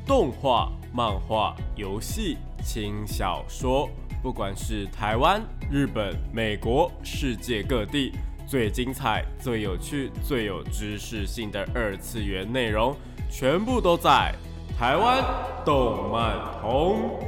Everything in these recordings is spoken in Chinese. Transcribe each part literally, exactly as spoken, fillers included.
动画、漫画、游戏、轻小说，不管是台湾、日本、美国，世界各地，最精彩、最有趣、最有知识性的二次元内容，全部都在台湾动漫通。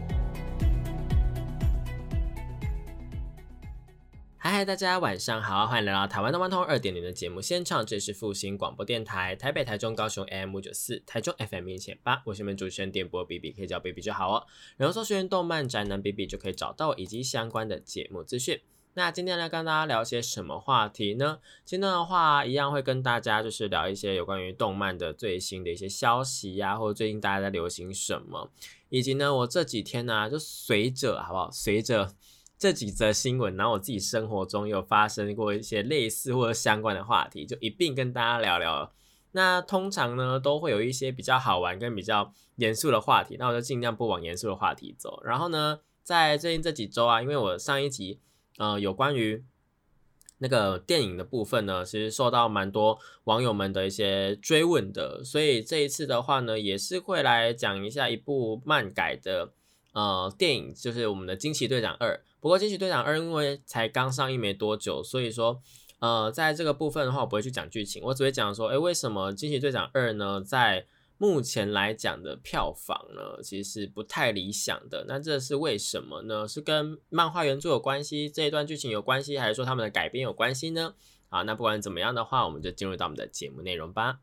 嗨嗨，大家晚上好，欢迎来到台湾动漫通 二点零 的节目现场，这里是复兴广播电台，台北、台中、高雄 A M 五九四，台中 F M 一千八，我是你们主持人电波 B B， 可以叫 B B 就好哦。然后搜寻动漫宅男 B B 就可以找到我以及相关的节目资讯。那今天来跟大家聊些什么话题呢？今天的话一样会跟大家就是聊一些有关于动漫的最新的一些消息啊，或者最近大家在流行什么，以及呢我这几天呢、啊、就随着好不好随着这几则新闻，然后我自己生活中有发生过一些类似或者相关的话题，就一并跟大家聊聊。那通常呢都会有一些比较好玩跟比较严肃的话题，那我就尽量不往严肃的话题走。然后呢在最近这几周啊，因为我上一集呃有关于那个电影的部分呢，其实受到蛮多网友们的一些追问的，所以这一次的话呢也是会来讲一下一部漫改的呃电影，就是我们的惊奇队长二。不过惊奇队长二因为才刚上映没多久，所以说呃在这个部分的话我不会去讲剧情，我只会讲说诶为什么惊奇队长二呢在目前来讲的票房呢其实是不太理想的。那这是为什么呢？是跟漫画原著有关系，这一段剧情有关系，还是说他们的改编有关系呢？好，那不管怎么样的话，我们就进入到我们的节目内容吧。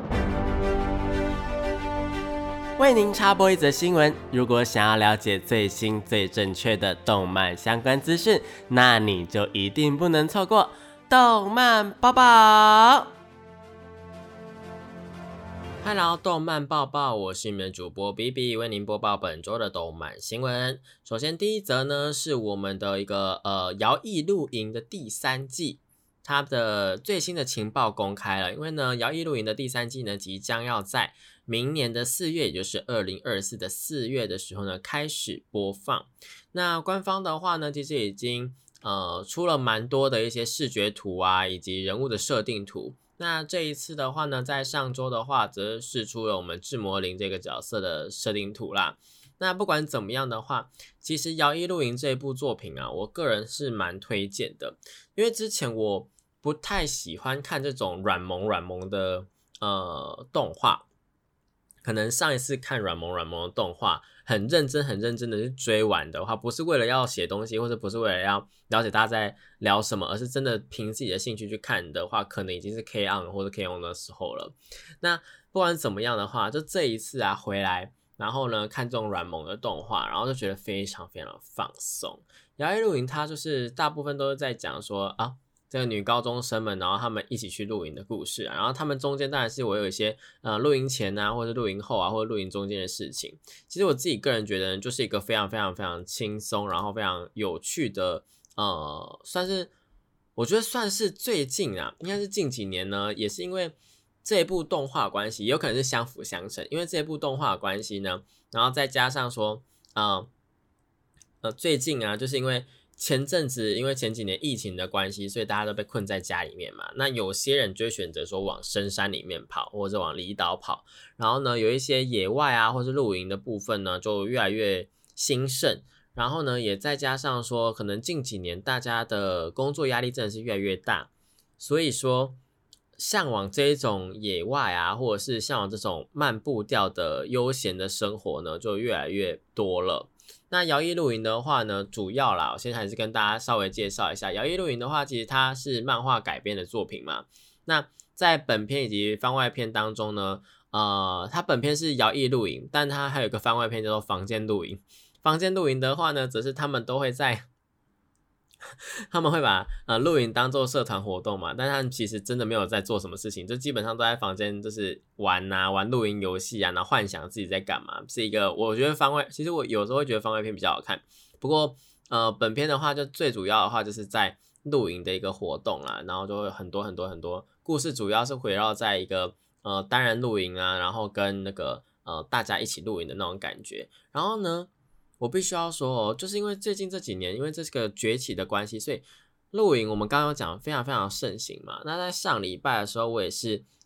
为您插播一则新闻，如果想要了解最新最正确的动漫相关资讯，那你就一定不能错过动漫报报。Hello， 动漫报报，我是你们的主播 B B， 为您播报本周的动漫新闻。首先第一则呢是我们的一个呃摇曳露营的第三季，它的最新的情报公开了。因为呢摇曳露营的第三季呢即将要在明年的四月，也就是二零二四的四月的时候呢开始播放。那官方的话呢其实已经呃出了蛮多的一些视觉图啊，以及人物的设定图。那这一次的话呢，在上周的话则释出了我们志摩林这个角色的设定图啦。那不管怎么样的话，其实摇曳露营这一部作品啊，我个人是蛮推荐的。因为之前我不太喜欢看这种软萌软萌的呃动画，可能上一次看软萌软萌的动画很认真很认真的去追完的话，不是为了要写东西，或者不是为了要了解大家在聊什么，而是真的凭自己的兴趣去看的话，可能已经是 K on 或者 K on 的时候了。那不管怎么样的话，就这一次啊回来，然后呢看这种软萌的动画，然后就觉得非常非常的放松。摇曳露营它就是大部分都是在讲说啊这个女高中生们，然后他们一起去露营的故事啊，然后他们中间当然是我有一些呃露营前啊，或者露营后啊，或者露营中间的事情。其实我自己个人觉得就是一个非常非常非常轻松，然后非常有趣的呃，算是我觉得算是最近啊，应该是近几年呢，也是因为这一部动画的关系，也有可能是相辅相成，因为这一部动画的关系呢，然后再加上说呃呃最近啊，就是因为前阵子因为前几年疫情的关系，所以大家都被困在家里面嘛。那有些人就会选择说往深山里面跑，或者往离岛跑。然后呢，有一些野外啊，或是露营的部分呢，就越来越兴盛。然后呢，也再加上说，可能近几年大家的工作压力真的是越来越大，所以说向往这一种野外啊，或者是向往这种慢步调的悠闲的生活呢，就越来越多了。那摇曳露营的话呢，主要啦，我现在还是跟大家稍微介绍一下。摇曳露营的话，其实它是漫画改编的作品嘛。那在本片以及番外篇当中呢，呃，它本片是摇曳露营，但它还有一个番外篇叫做房间露营。房间露营的话呢，则是他们都会在他们会把呃露营当做社团活动嘛，但他们其实真的没有在做什么事情，就基本上都在房间就是玩啊，玩露营游戏啊，然后幻想自己在干嘛。是一个我觉得番外，其实我有时候会觉得番外篇比较好看，不过呃本片的话，就最主要的话就是在露营的一个活动啦，然后就会很多很多很多故事，主要是围绕在一个呃单人露营啊，然后跟那个呃大家一起露营的那种感觉。然后呢，我必须要说哦，就是因为最近这几年，因为这个崛起的关系，所以露营我们刚刚讲非常非常盛行嘛。那在上礼拜的时候，我也是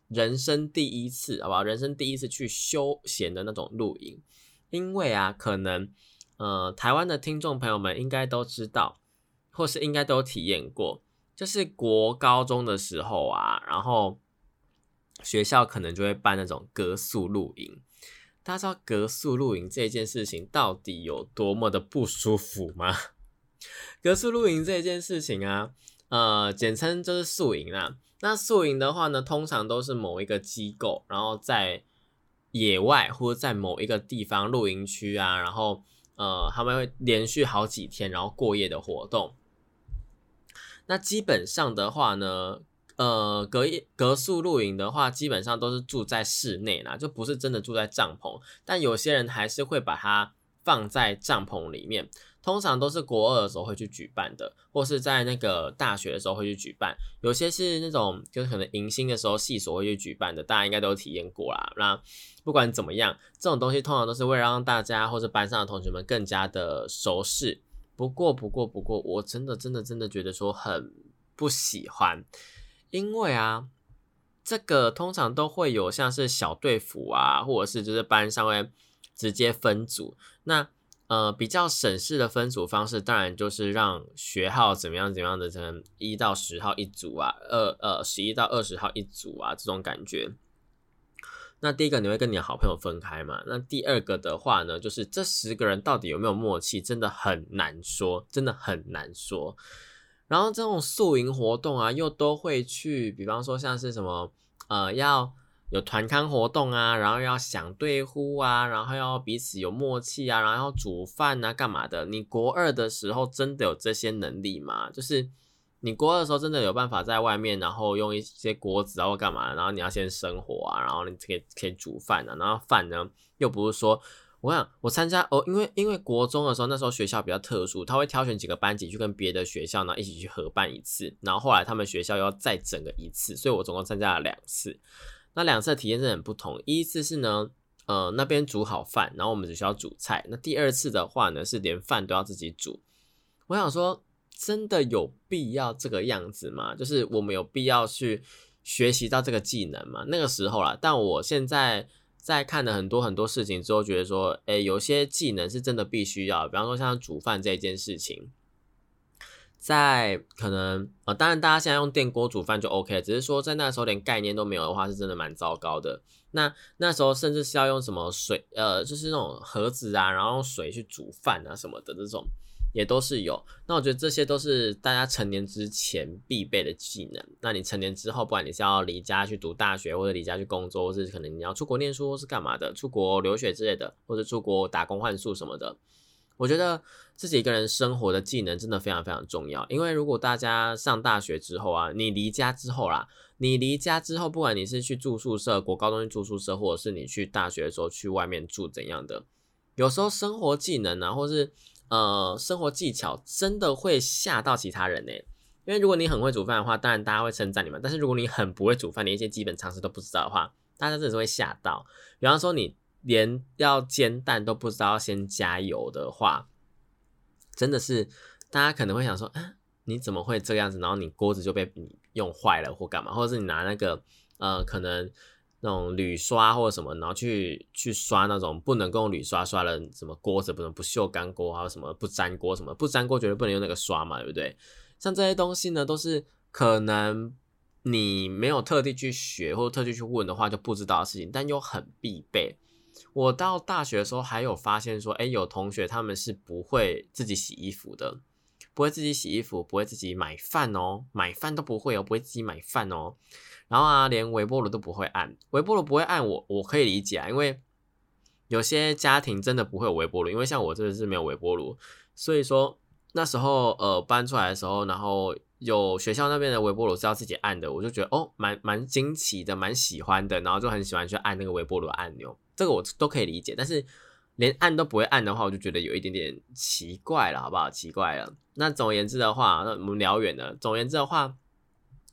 人生第一次，好不好？人生第一次去休闲的那种露营，因为啊，可能呃台湾的听众朋友们应该都知道，或是应该都体验过，就是国高中的时候啊，然后学校可能就会办那种隔宿露营。大家知道隔宿露营这件事情到底有多么的不舒服吗？隔宿露营这件事情啊，呃，简称就是宿营啦。那宿营的话呢，通常都是某一个机构，然后在野外或者在某一个地方露营区啊，然后呃，他们会连续好几天，然后过夜的活动。那基本上的话呢，呃，隔夜隔宿露营的话，基本上都是住在室内啦，就不是真的住在帐篷。但有些人还是会把它放在帐篷里面，通常都是国二的时候会去举办的，或是在那个大学的时候会去举办。有些是那种就是可能迎新的时候系所会去举办的，大家应该都有体验过啦。那不管怎么样，这种东西通常都是为了让大家或是班上的同学们更加的熟识。不过，不过，不过，我真的，真的，真的觉得说很不喜欢，因为啊，这个通常都会有像是小队服啊，或者是就是班上会直接分组。那呃，比较省事的分组方式，当然就是让学号怎么样怎么样的，可能一到十号一组啊，二呃十一到二十号一组啊，这种感觉。那第一个你会跟你的好朋友分开嘛？那第二个的话呢，就是这十个人到底有没有默契，真的很难说，真的很难说。然后这种宿营活动啊，又都会去，比方说像是什么呃，要有团康活动啊，然后要想对呼啊，然后要彼此有默契啊，然后要煮饭啊，干嘛的？你国二的时候真的有这些能力吗？就是你国二的时候真的有办法在外面，然后用一些锅子啊或干嘛，然后你要先生火啊，然后你可以可以煮饭啊，然后饭呢又不是说，我想我参加哦，因为因为国中的时候那时候学校比较特殊，他会挑选几个班级去跟别的学校呢一起去合办一次，然后后来他们学校又要再整个一次，所以我总共参加了两次。那两次的体验真的很不同，一次是呢，呃那边煮好饭，然后我们只需要煮菜。那第二次的话呢，是连饭都要自己煮。我想说，真的有必要这个样子吗？就是我们有必要去学习到这个技能吗？那个时候啦，但我现在在看了很多很多事情之后，觉得说，诶，有些技能是真的必须要，比方说像煮饭这一件事情。在可能呃，当然大家现在用电锅煮饭就 OK 了，只是说在那时候连概念都没有的话，是真的蛮糟糕的。那那时候甚至是要用什么水，呃，就是那种盒子啊，然后用水去煮饭啊什么的，这种也都是有。那我觉得这些都是大家成年之前必备的技能。那你成年之后，不管你是要离家去读大学，或者离家去工作，或是可能你要出国念书，或是干嘛的，出国留学之类的，或者出国打工换宿什么的。我觉得自己一个人生活的技能真的非常非常重要，因为如果大家上大学之后啊，你离家之后啦，你离家之后，不管你是去住宿舍，国高中去住宿舍，或者是你去大学的时候去外面住怎样的，有时候生活技能啊，或是呃生活技巧，真的会吓到其他人呢。因为如果你很会煮饭的话，当然大家会称赞你们，但是如果你很不会煮饭，连一些基本常识都不知道的话，大家真的是会吓到。比方说你连要煎蛋都不知道要先加油的话，真的是大家可能会想说，啊，你怎么会这样子？然后你锅子就被你用坏了或干嘛，或者是你拿那个呃可能那种铝刷或者什么，然后去去刷那种不能够用铝刷刷的什么锅子，不能不锈钢锅，还有什么不粘锅什么不粘锅绝对不能用那个刷嘛，对不对？像这些东西呢，都是可能你没有特地去学或者特地去问的话就不知道的事情，但又很必备。我到大学的时候还有发现说，哎，有同学他们是不会自己洗衣服的，不会自己洗衣服，不会自己买饭哦，买饭都不会哦，不会自己买饭哦。然后啊，连微波炉都不会按，微波炉不会按我，我可以理解啊，因为有些家庭真的不会有微波炉，因为像我真的是没有微波炉，所以说那时候呃搬出来的时候，然后有学校那边的微波炉是要自己按的，我就觉得哦蛮蛮惊奇的，蛮喜欢的，然后就很喜欢去按那个微波炉的按钮，这个我都可以理解，但是连按都不会按的话，我就觉得有一点点奇怪了，好不好？奇怪了。那总而言之的话，那我们聊远了。总而言之的话，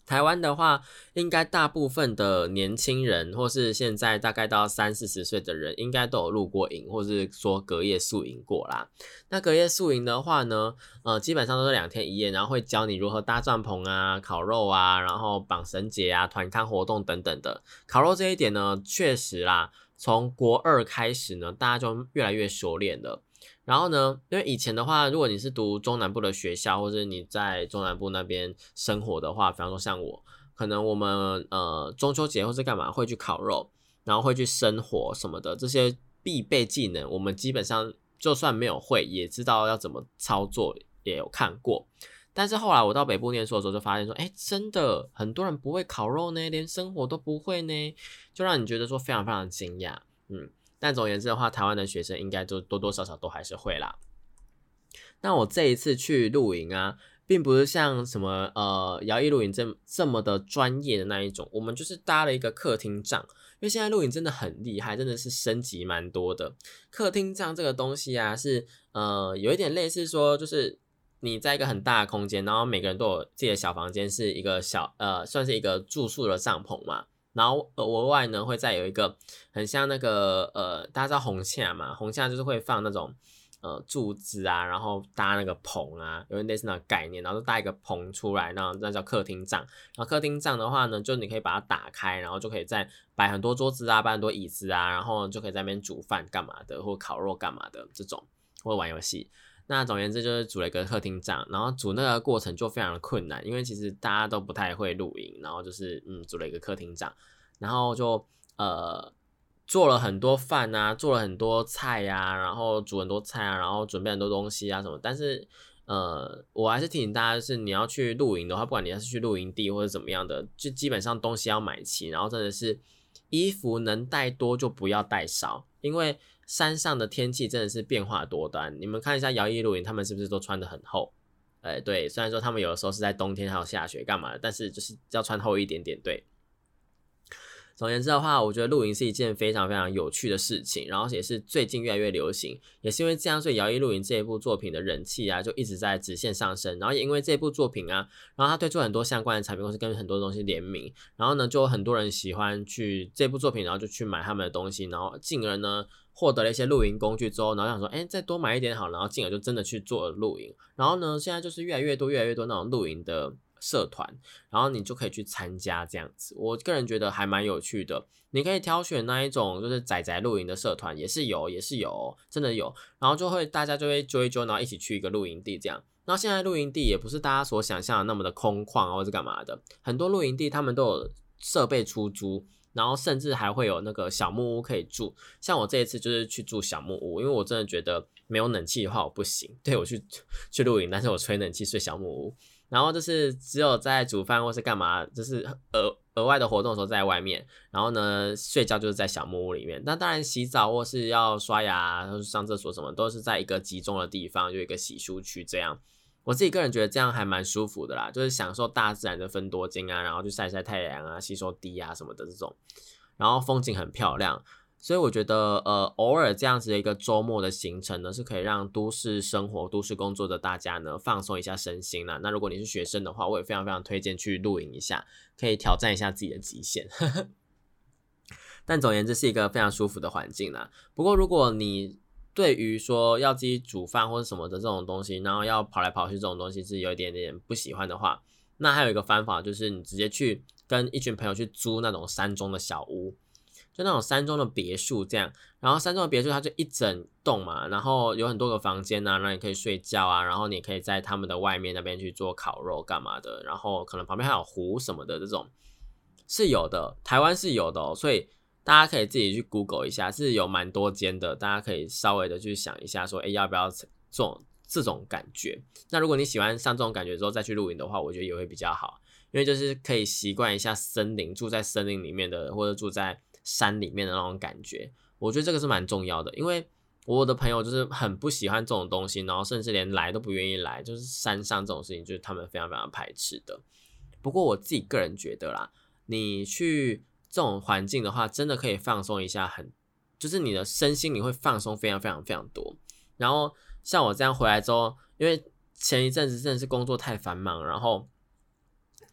台湾的话，应该大部分的年轻人，或是现在大概到三四十岁的人，应该都有露过营，或是说隔夜宿营过啦。那隔夜宿营的话呢，呃，基本上都是两天一夜，然后会教你如何搭帐篷啊、烤肉啊，然后绑绳结啊、团康活动等等的。烤肉这一点呢，确实啦，从国二开始呢，大家就越来越熟练了。然后呢，因为以前的话，如果你是读中南部的学校，或者你在中南部那边生活的话，比方说像我，可能我们呃中秋节或是干嘛会去烤肉，然后会去生火什么的，这些必备技能，我们基本上就算没有会，也知道要怎么操作，也有看过。但是后来我到北部念书的时候，就发现说，哎，真的很多人不会烤肉呢，连生火都不会呢，就让你觉得说非常非常惊讶，嗯。但总而言之的话，台湾的学生应该就多多少少都还是会啦。那我这一次去露营啊，并不是像什么呃摇曳露营这这么的专业的那一种，我们就是搭了一个客厅帐，因为现在露营真的很厉害，真的是升级蛮多的。客厅帐这个东西啊，是呃有一点类似说，就是你在一个很大的空间，然后每个人都有自己的小房间，是一个小呃算是一个住宿的帐篷嘛。然后额外呢，会再有一个很像那个呃，大家知道红线嘛？红线就是会放那种呃柱子啊，然后搭那个棚啊，有点类似那个概念，然后就搭一个棚出来，那那叫客厅帐。然后客厅帐的话呢，就你可以把它打开，然后就可以再摆很多桌子啊，摆很多椅子啊，然后就可以在那边煮饭干嘛的，或烤肉干嘛的这种，或者玩游戏。那总而言之就是组了一个客厅帐，然后组那个过程就非常的困难，因为其实大家都不太会露营，然后就是嗯组了一个客厅帐，然后就呃做了很多饭啊，做了很多菜啊，然后煮很多菜啊，然后准备很多东西啊什么，但是呃我还是提醒大家，就是你要去露营的话，不管你要是去露营地或者怎么样的，就基本上东西要买齐，然后真的是衣服能带多就不要带少，因为山上的天气真的是变化多端，你们看一下摇曳露营，他们是不是都穿得很厚？哎，对，虽然说他们有的时候是在冬天还有下雪干嘛的，但是就是要穿厚一点点，对。总而言之的话，我觉得露营是一件非常非常有趣的事情，然后也是最近越来越流行，也是因为这样，所以摇曳露营这一部作品的人气啊，就一直在直线上升。然后也因为这部作品啊，然后他推出很多相关的产品，或是跟很多东西联名，然后呢，就有很多人喜欢去这部作品，然后就去买他们的东西，然后进而呢获得了一些露营工具之后，然后想说，哎，再多买一点好，然后进而就真的去做了露营。然后呢，现在就是越来越多、越来越多那种露营的社团，然后你就可以去参加这样子。我个人觉得还蛮有趣的。你可以挑选那一种就是宅宅露营的社团，也是有，也是有，真的有。然后就会大家就会揪一揪，然后一起去一个露营地这样。然后现在露营地也不是大家所想象的那么的空旷或是干嘛的，很多露营地他们都有设备出租。然后甚至还会有那个小木屋可以住，像我这一次就是去住小木屋，因为我真的觉得没有冷气的话我不行。对，我去去露营，但是我吹冷气睡小木屋，然后就是只有在煮饭或是干嘛，就是额额外的活动的时候在外面，然后呢睡觉就是在小木屋里面。那当然洗澡或是要刷牙或是上厕所什么都是在一个集中的地方，就一个洗漱区这样。我自己个人觉得这样还蛮舒服的啦，就是享受大自然的芬多精啊，然后去晒晒太阳啊，吸收低啊什么的这种，然后风景很漂亮，所以我觉得呃偶尔这样子的一个周末的行程呢，是可以让都市生活、都市工作的大家呢放松一下身心啦。那如果你是学生的话，我也非常非常推荐去露营一下，可以挑战一下自己的极限。但总而言之是一个非常舒服的环境啦。不过如果你对于说要自己煮饭或者什么的这种东西，然后要跑来跑去这种东西是有一点点不喜欢的话，那还有一个方法就是你直接去跟一群朋友去租那种山中的小屋，就那种山中的别墅这样。然后山中的别墅它就一整栋嘛，然后有很多个房间啊，然后你可以睡觉啊，然后你可以在他们的外面那边去做烤肉干嘛的，然后可能旁边还有湖什么的，这种是有的，台湾是有的哦，所以大家可以自己去 Google 一下，是有蛮多间的，大家可以稍微的去想一下说，哎，要不要这种这种感觉。那如果你喜欢上这种感觉之后再去露营的话，我觉得也会比较好，因为就是可以习惯一下森林，住在森林里面的或者住在山里面的那种感觉，我觉得这个是蛮重要的。因为我的朋友就是很不喜欢这种东西，然后甚至连来都不愿意来，就是山上这种事情就是他们非常非常排斥的。不过我自己个人觉得啦，你去这种环境的话，真的可以放松一下，很就是你的身心灵会放松非常非常非常多。然后像我这样回来之后，因为前一阵子真的是工作太繁忙，然后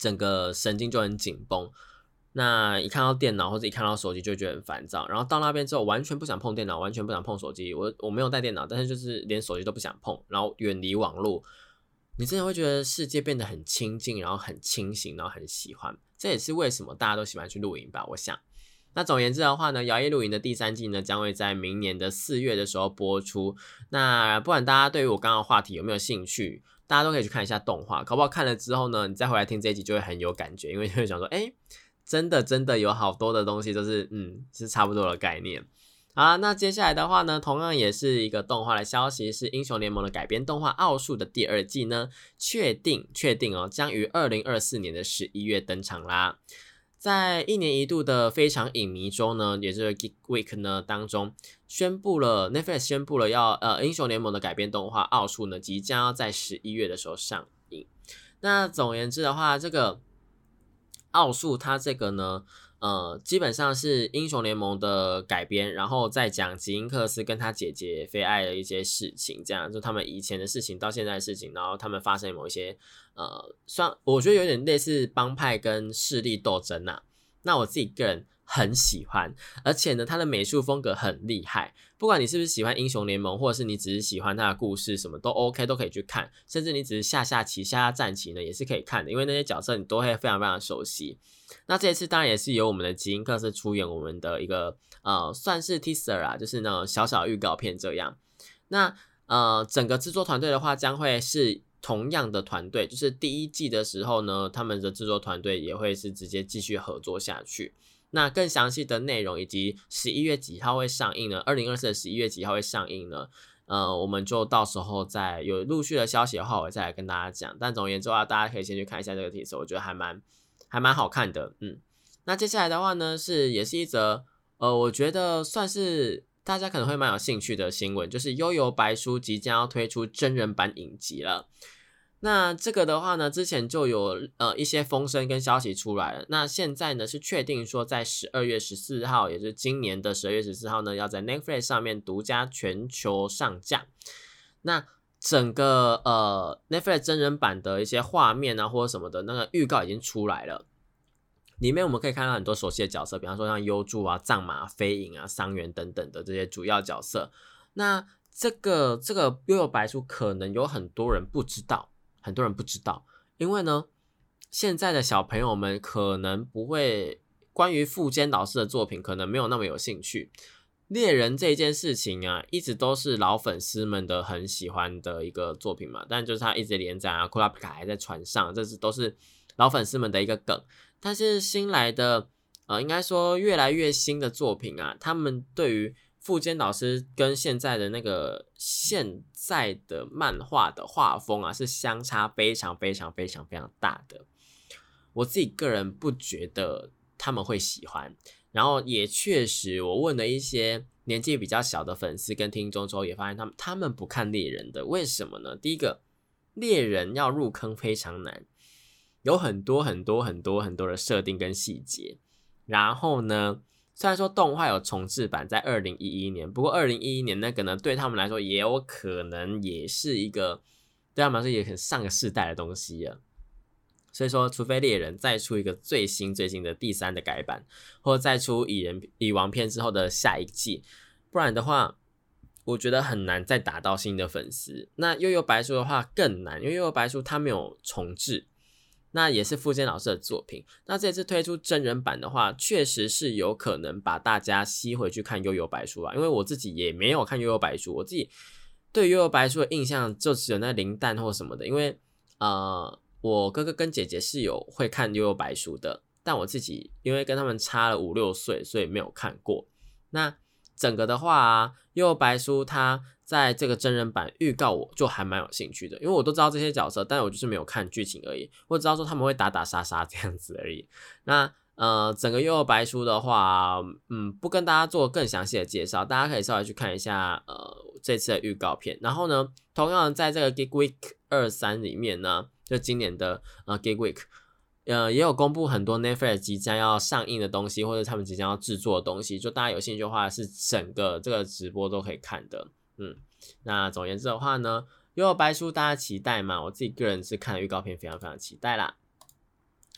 整个神经就很紧绷。那一看到电脑或者一看到手机就觉得很烦躁，然后到那边之后完全不想碰电脑，完全不想碰手机。我我没有带电脑，但是就是连手机都不想碰，然后远离网络。你真的会觉得世界变得很清静，然后很清醒，然后很喜欢。这也是为什么大家都喜欢去露营吧，我想。那总而言之的话呢，摇曳露营的第三季呢，将会在明年的四月的时候播出。那不管大家对于我刚刚的话题有没有兴趣，大家都可以去看一下动画，搞不好看了之后呢，你再回来听这一集就会很有感觉，因为就会想说，哎，真的真的有好多的东西都是，嗯，是差不多的概念。好，那接下来的话呢，同样也是一个动画的消息，是英雄联盟的改编动画奥术的第二季呢，确定确定哦，将于二零二四年的十一月登场啦。在一年一度的非常影迷周呢，也就是 Geek Week 呢当中，宣布了 Netflix 宣布了要呃英雄联盟的改编动画奥术呢，即将要在十一月的时候上映。那总而言之的话，这个奥术它这个呢，呃，基本上是英雄联盟的改编，然后再讲吉因克斯跟他姐姐菲艾的一些事情，这样就他们以前的事情到现在的事情，然后他们发生某一些呃，算我觉得有点类似帮派跟势力斗争啊。那我自己个人很喜欢，而且呢，他的美术风格很厉害。不管你是不是喜欢英雄联盟，或者是你只是喜欢他的故事，什么都 OK， 都可以去看。甚至你只是下下棋、下下战棋呢，也是可以看的，因为那些角色你都会非常非常熟悉。那这一次当然也是由我们的吉因克斯出演我们的一个呃，算是 teaser 啊，就是那种小小预告片这样。那呃，整个制作团队的话，将会是同样的团队，就是第一季的时候呢，他们的制作团队也会是直接继续合作下去。那更详细的内容以及十一月几号会上映呢？二零二四的十一月几号会上映呢？呃，我们就到时候再有陆续的消息的话，我再来跟大家讲。但总而言之的话，大家可以先去看一下这个 teaser， 我觉得还蛮还蛮好看的。嗯，那接下来的话呢，是也是一则呃，我觉得算是大家可能会蛮有兴趣的新闻，就是《幽游白书》即将要推出真人版影集了。那这个的话呢，之前就有呃一些风声跟消息出来了。那现在呢是确定说，在十二月十四号，也就是今年的十二月十四号呢，要在 Netflix 上面独家全球上架。那整个呃 Netflix 真人版的一些画面啊或者什么的那个预告已经出来了。里面我们可以看到很多熟悉的角色，比方说像幽助啊、藏马、飞影啊、桑原等等的这些主要角色。那这个这个幽游白书可能有很多人不知道。很多人不知道，因为呢，现在的小朋友们可能不会关于富坚老师的作品可能没有那么有兴趣。猎人这一件事情啊，一直都是老粉丝们的很喜欢的一个作品嘛，但就是他一直连载啊，库拉皮卡还在船上，这是都是老粉丝们的一个梗。但是新来的呃，应该说越来越新的作品啊，他们对于富坚老师跟现在的那个现在的漫画的画风啊，是相差非常非常非常非常大的。我自己个人不觉得他们会喜欢，然后也确实，我问了一些年纪比较小的粉丝跟听众之后，也发现他们他们不看猎人的，为什么呢？第一个，猎人要入坑非常难，有很多很多很多很多的设定跟细节，然后呢？虽然说动画有重制版在二零一一年，不过二零一一年那个呢，对他们来说也有可能也是一个对他们来说也很上个世代的东西了。所以说，除非猎人再出一个最新最新的第三的改版，或者再出蚁人蚁王篇之后的下一季，不然的话，我觉得很难再打到新的粉丝。那幽游白书的话更难，因为幽游白书它没有重制。那也是富坚老师的作品。那这次推出真人版的话，确实是有可能把大家吸回去看幽游白书啊。因为我自己也没有看幽游白书，我自己对幽游白书的印象就只有那灵蛋或什么的。因为呃，我哥哥跟姐姐是有会看幽游白书的，但我自己因为跟他们差了五六岁，所以没有看过。那整个的话啊，幽游白书它在这个真人版预告我就还蛮有兴趣的，因为我都知道这些角色，但我就是没有看剧情而已，我知道说他们会打打杀杀这样子而已。那呃，整个幽游白书的话，嗯，不跟大家做更详细的介绍，大家可以稍微去看一下呃这次的预告片。然后呢，同样在这个 Geek Week 二三里面呢，就今年的呃 Geek Week。呃，也有公布很多 Netflix 即将要上映的东西，或者他们即将要制作的东西，就大家有兴趣的话，是整个这个直播都可以看的。嗯，那总而言之的话呢，幽游白书大家期待嘛？我自己个人是看预告片非常非常期待啦。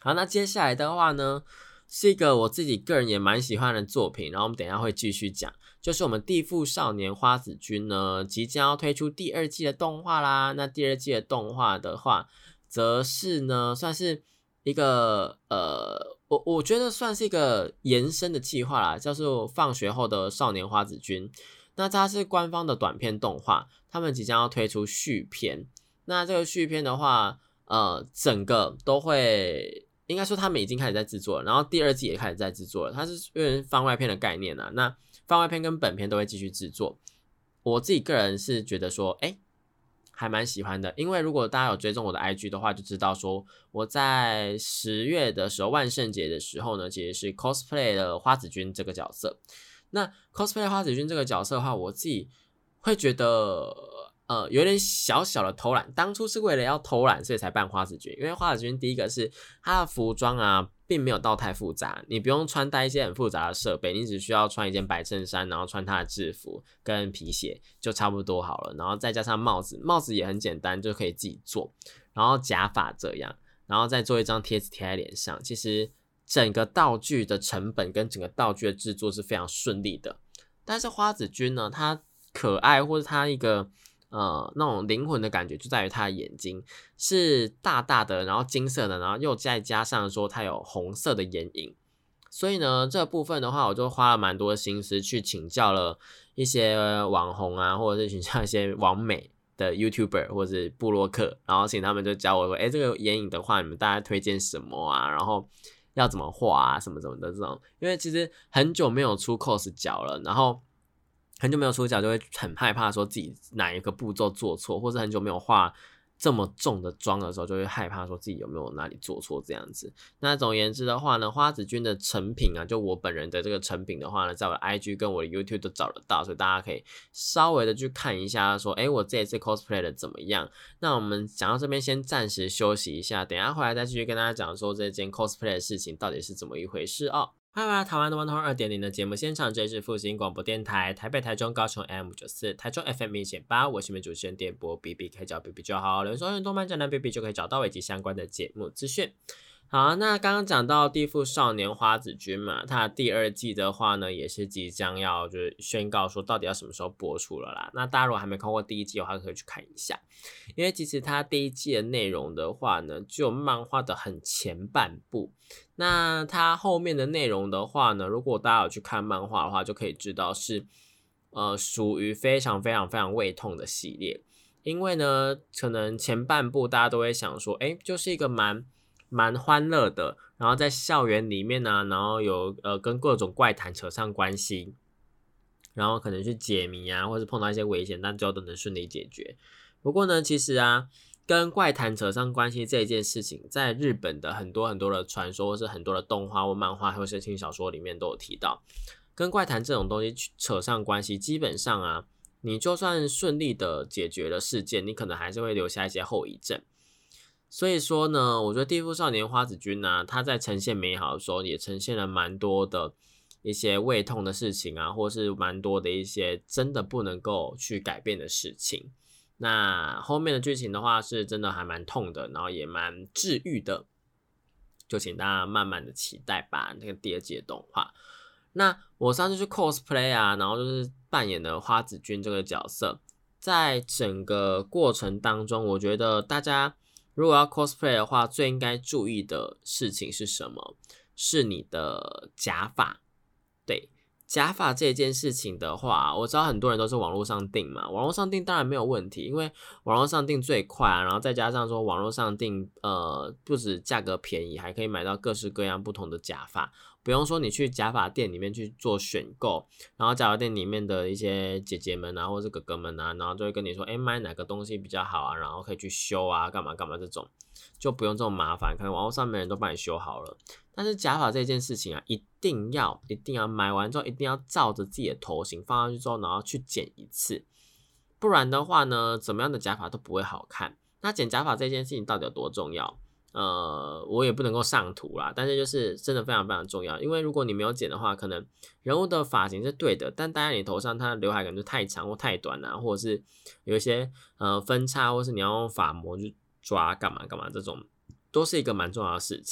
好，那接下来的话呢，是一个我自己个人也蛮喜欢的作品，然后我们等一下会继续讲，就是我们地缚少年花子君呢即将要推出第二季的动画啦。那第二季的动画的话，则是呢算是一个呃，我我觉得算是一个延伸的计划啦，叫做放学后的少年花子君。那它是官方的短片动画，他们即将要推出续篇。那这个续篇的话，呃，整个都会，应该说他们已经开始在制作了，然后第二季也开始在制作了。它是有点番外篇的概念啊。那番外篇跟本片都会继续制作。我自己个人是觉得说，哎。还蛮喜欢的，因为如果大家有追踪我的 I G 的话，就知道说我在十月的时候，万圣节的时候呢，其实是 cosplay 的花子君这个角色。那 cosplay 花子君这个角色的话，我自己会觉得呃有点小小的偷懒，当初是为了要偷懒，所以才扮花子君。因为花子君第一个是他的服装啊，并没有到太复杂，你不用穿戴一些很复杂的设备，你只需要穿一件白衬衫，然后穿他的制服跟皮鞋就差不多好了，然后再加上帽子，帽子也很简单，就可以自己做，然后假发这样，然后再做一张贴纸贴在脸上。其实整个道具的成本跟整个道具的制作是非常顺利的。但是花子君呢，他可爱或者他一个呃，那种灵魂的感觉就在于他的眼睛是大大的，然后金色的，然后又再加上说他有红色的眼影，所以呢，这部分的话，我就花了蛮多心思去请教了一些网红啊，或者是请教一些网美的 YouTuber 或者是部落客，然后请他们就教我说，哎，这个眼影的话，你们大家推荐什么啊？然后要怎么画啊，什么什么的这种，因为其实很久没有出 cos 角了，然后。很久没有出脚就会很害怕说自己哪一个步骤做错，或是很久没有化这么重的妆的时候就会害怕说自己有没有哪里做错这样子。那总而言之的话呢，花子君的成品啊，就我本人的这个成品的话呢，在我的 I G 跟我的 YouTube 都找得到，所以大家可以稍微的去看一下说，诶，我这一次 cosplay 的怎么样。那我们讲到这边先暂时休息一下，等一下回来再继续跟大家讲说这件 cosplay 的事情到底是怎么一回事哦。欢迎来到台湾的万通 二点零 的节目现场，这里是复兴广播电台台北、台中、高雄 M 九十四， 台中 F M 一点八， 我是你们主持人电波 B B， 可以找 B B 就好，留言说动漫展览 B B 就可以找到我以及相关的节目资讯。好，那刚刚讲到地缚少年花子君嘛，它的第二季的话呢，也是即将要就是宣告说到底要什么时候播出了啦。那大家如果还没看过第一季的话，可以去看一下，因为其实它第一季的内容的话呢，就漫画的很前半部。那它后面的内容的话呢，如果大家有去看漫画的话，就可以知道是呃属于非常非常非常胃痛的系列。因为呢，可能前半部大家都会想说，诶，就是一个蛮蛮欢乐的，然后在校园里面呢、啊，然后有呃跟各种怪谈扯上关系，然后可能去解谜啊，或是碰到一些危险，但最后都能顺利解决。不过呢，其实啊，跟怪谈扯上关系这一件事情，在日本的很多很多的传说，或是很多的动画或漫画，或是轻小说里面都有提到，跟怪谈这种东西扯上关系，基本上啊，你就算顺利的解决了事件，你可能还是会留下一些后遗症。所以说呢，我觉得地缚少年花子君啊，他在呈现美好的时候，也呈现了蛮多的一些胃痛的事情啊，或是蛮多的一些真的不能够去改变的事情。那后面的剧情的话是真的还蛮痛的，然后也蛮治愈的，就请大家慢慢的期待吧，那个第二季的动画。那我上次去 cosplay 啊，然后就是扮演了花子君这个角色，在整个过程当中，我觉得大家如果要 cosplay 的话，最应该注意的事情是什么？是你的假发。对，假发这件事情的话，我知道很多人都是网络上订嘛，网络上订当然没有问题，因为网络上订最快啊，然后再加上说网络上订，呃，不止价格便宜，还可以买到各式各样不同的假发，不用说你去假发店里面去做选购，然后假发店里面的一些姐姐们啊，或是哥哥们啊，然后就会跟你说，哎，买哪个东西比较好啊，然后可以去修啊，干嘛干嘛这种，就不用这种麻烦，可能网络上面人都帮你修好了。但是假发这件事情啊，一定要一定要买完之后，一定要照着自己的头型放上去之后，然后去剪一次，不然的话呢，怎么样的假发都不会好看。那剪假发这件事情到底有多重要？呃，我也不能够上图啦，但是就是真的非常非常重要，因为如果你没有剪的话，可能人物的发型是对的，但戴在你头上，它的刘海可能就太长或太短啊，或者是有一些呃分叉，或是你要用发膜去抓干嘛干嘛，这种都是一个蛮重要的事情。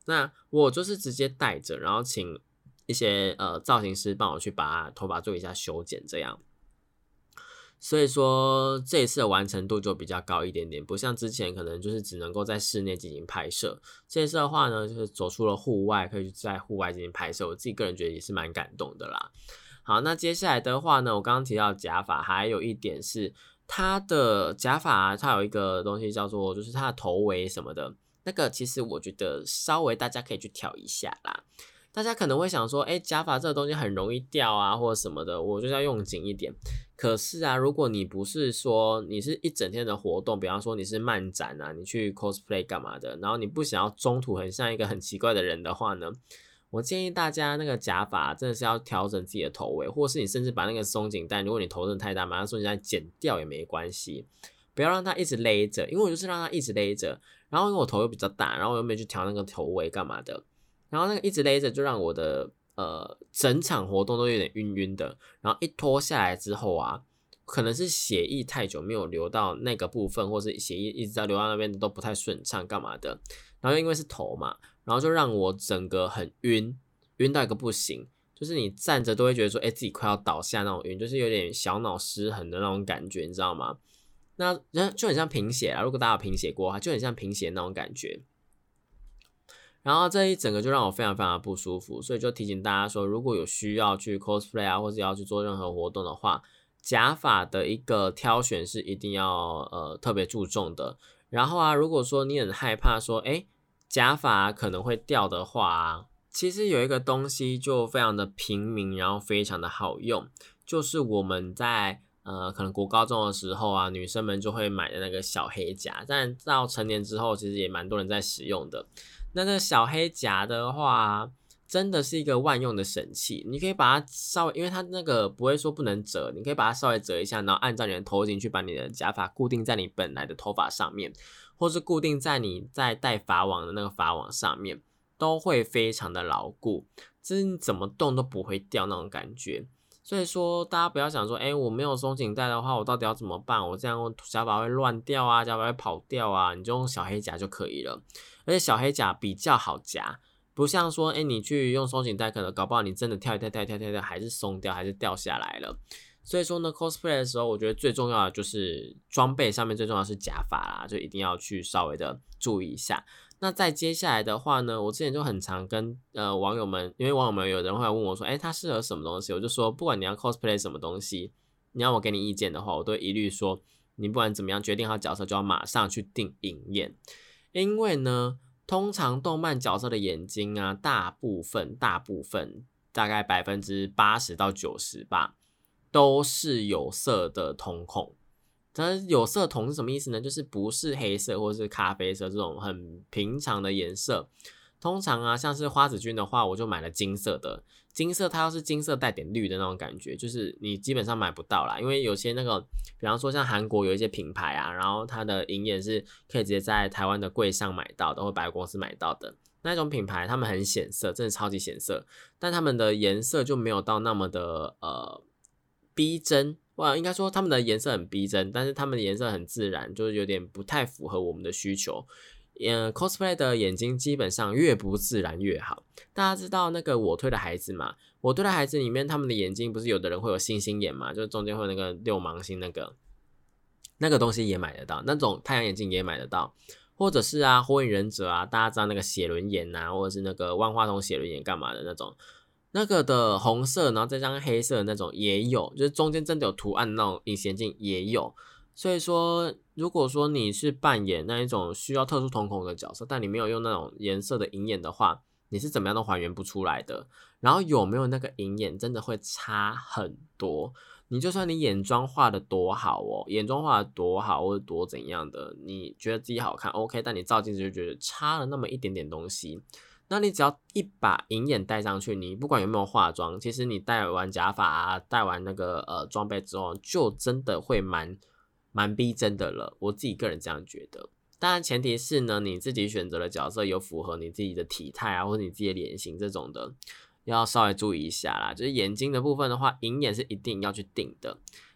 那我就是直接戴着，然后请一些呃造型师帮我去把头发做一下修剪这样。所以说这一次的完成度就比较高一点点，不像之前可能就是只能够在室内进行拍摄，这一次的话呢就是走出了户外，可以在户外进行拍摄，我自己个人觉得也是蛮感动的啦。好，那接下来的话呢，我刚刚提到假发，还有一点是它的假发它有一个东西叫做就是它的头围什么的，那个其实我觉得稍微大家可以去调一下啦。大家可能会想说，哎、欸，假发这个东西很容易掉啊，或者什么的，我就要用紧一点。可是啊，如果你不是说你是一整天的活动，比方说你是漫展啊，你去 cosplay 干嘛的，然后你不想要中途很像一个很奇怪的人的话呢，我建议大家那个假发真的是要调整自己的头围，或是你甚至把那个松紧带，如果你头真的太大，把那松紧带剪掉也没关系，不要让它一直勒着，因为我就是让它一直勒着，然后因为我头又比较大，然后我又没去调那个头围干嘛的。然后那个一直勒着就让我的呃整场活动都有点晕晕的，然后一脱下来之后啊，可能是血液太久没有流到那个部分，或是血液一直在流到那边都不太顺畅干嘛的，然后因为是头嘛，然后就让我整个很晕，晕到一个不行，就是你站着都会觉得说，哎，自己快要倒下那种晕，就是有点小脑失衡的那种感觉，你知道吗？那就很像贫血啦，如果大家有贫血过的话，就很像贫血那种感觉。然后这一整个就让我非常非常的不舒服，所以就提醒大家说，如果有需要去 cosplay 啊，或者要去做任何活动的话，假发的一个挑选是一定要呃特别注重的。然后啊，如果说你很害怕说，哎，假发可能会掉的话啊，其实有一个东西就非常的平民，然后非常的好用，就是我们在呃可能国高中的时候啊，女生们就会买的那个小黑夹，但到成年之后，其实也蛮多人在使用的。那那个小黑夹的话，真的是一个万用的神器。你可以把它稍微，因为它那个不会说不能折，你可以把它稍微折一下，然后按照你的头型去把你的假发固定在你本来的头发上面，或是固定在你在戴发网的那个发网上面，都会非常的牢固，就是你怎么动都不会掉那种感觉。所以说大家不要想说，哎、欸，我没有松紧带的话，我到底要怎么办？我这样假发会乱掉啊，假发会跑掉啊，你就用小黑夹就可以了。而且小黑夹比较好夹，不像说，哎、欸，你去用松紧带，可能搞不好你真的跳一跳跳一跳跳跳，还是松掉，还是掉下来了。所以说呢 ，cosplay 的时候，我觉得最重要的就是装备上面最重要的是假发啦，就一定要去稍微的注意一下。那再接下来的话呢，我之前就很常跟呃网友们，因为网友们有人会来问我说，哎，它适合什么东西？我就说，不管你要 cosplay 什么东西，你要我给你意见的话，我都会一律说，你不管怎么样决定好角色，就要马上去定影眼，因为呢，通常动漫角色的眼睛啊，大部分大部分大概百分之八十到九十吧，都是有色的瞳孔。但有色瞳是什么意思呢？就是不是黑色或是咖啡色这种很平常的颜色。通常啊，像是花子君的话，我就买了金色的。金色它要是金色带点绿的那种感觉，就是你基本上买不到啦。因为有些那个，比方说像韩国有一些品牌啊，然后它的银眼是可以直接在台湾的柜上买到的，或百货公司买到的。那种品牌他们很显色，真的超级显色，但他们的颜色就没有到那么的呃逼真。哇，应该说他们的颜色很逼真，但是他们的颜色很自然，就是有点不太符合我们的需求。呃 cosplay 的眼睛基本上越不自然越好。大家知道那个我推的孩子嘛？我推的孩子里面，他们的眼睛不是有的人会有星星眼嘛？就是中间会有那个六芒星那个，那个东西也买得到，那种太阳眼镜也买得到。或者是啊，火影忍者啊，大家知道那个血轮眼啊，或者是那个万花筒血轮眼干嘛的那种。那个的红色，然后再加上黑色的那种也有，就是中间真的有图案的那种隐形眼镜也有。所以说，如果说你是扮演那一种需要特殊瞳孔的角色，但你没有用那种颜色的银眼的话，你是怎么样都还原不出来的。然后有没有那个银眼，真的会差很多。你就算你眼妆画的多好哦，眼妆画的多好或者多怎样的，你觉得自己好看 OK， 但你照镜子就觉得差了那么一点点东西。那你只要一把银眼戴上去，你不管有没有化妆，其实你戴完假发啊，戴完那个呃装备之后，就真的会蛮蛮逼真的了。我自己个人这样觉得。当然前提是呢，你自己选择的角色有符合你自己的体态啊，或者你自己的脸型这种的，要稍微注意一下啦。就是眼睛的部分的话，银眼是一定要去定的。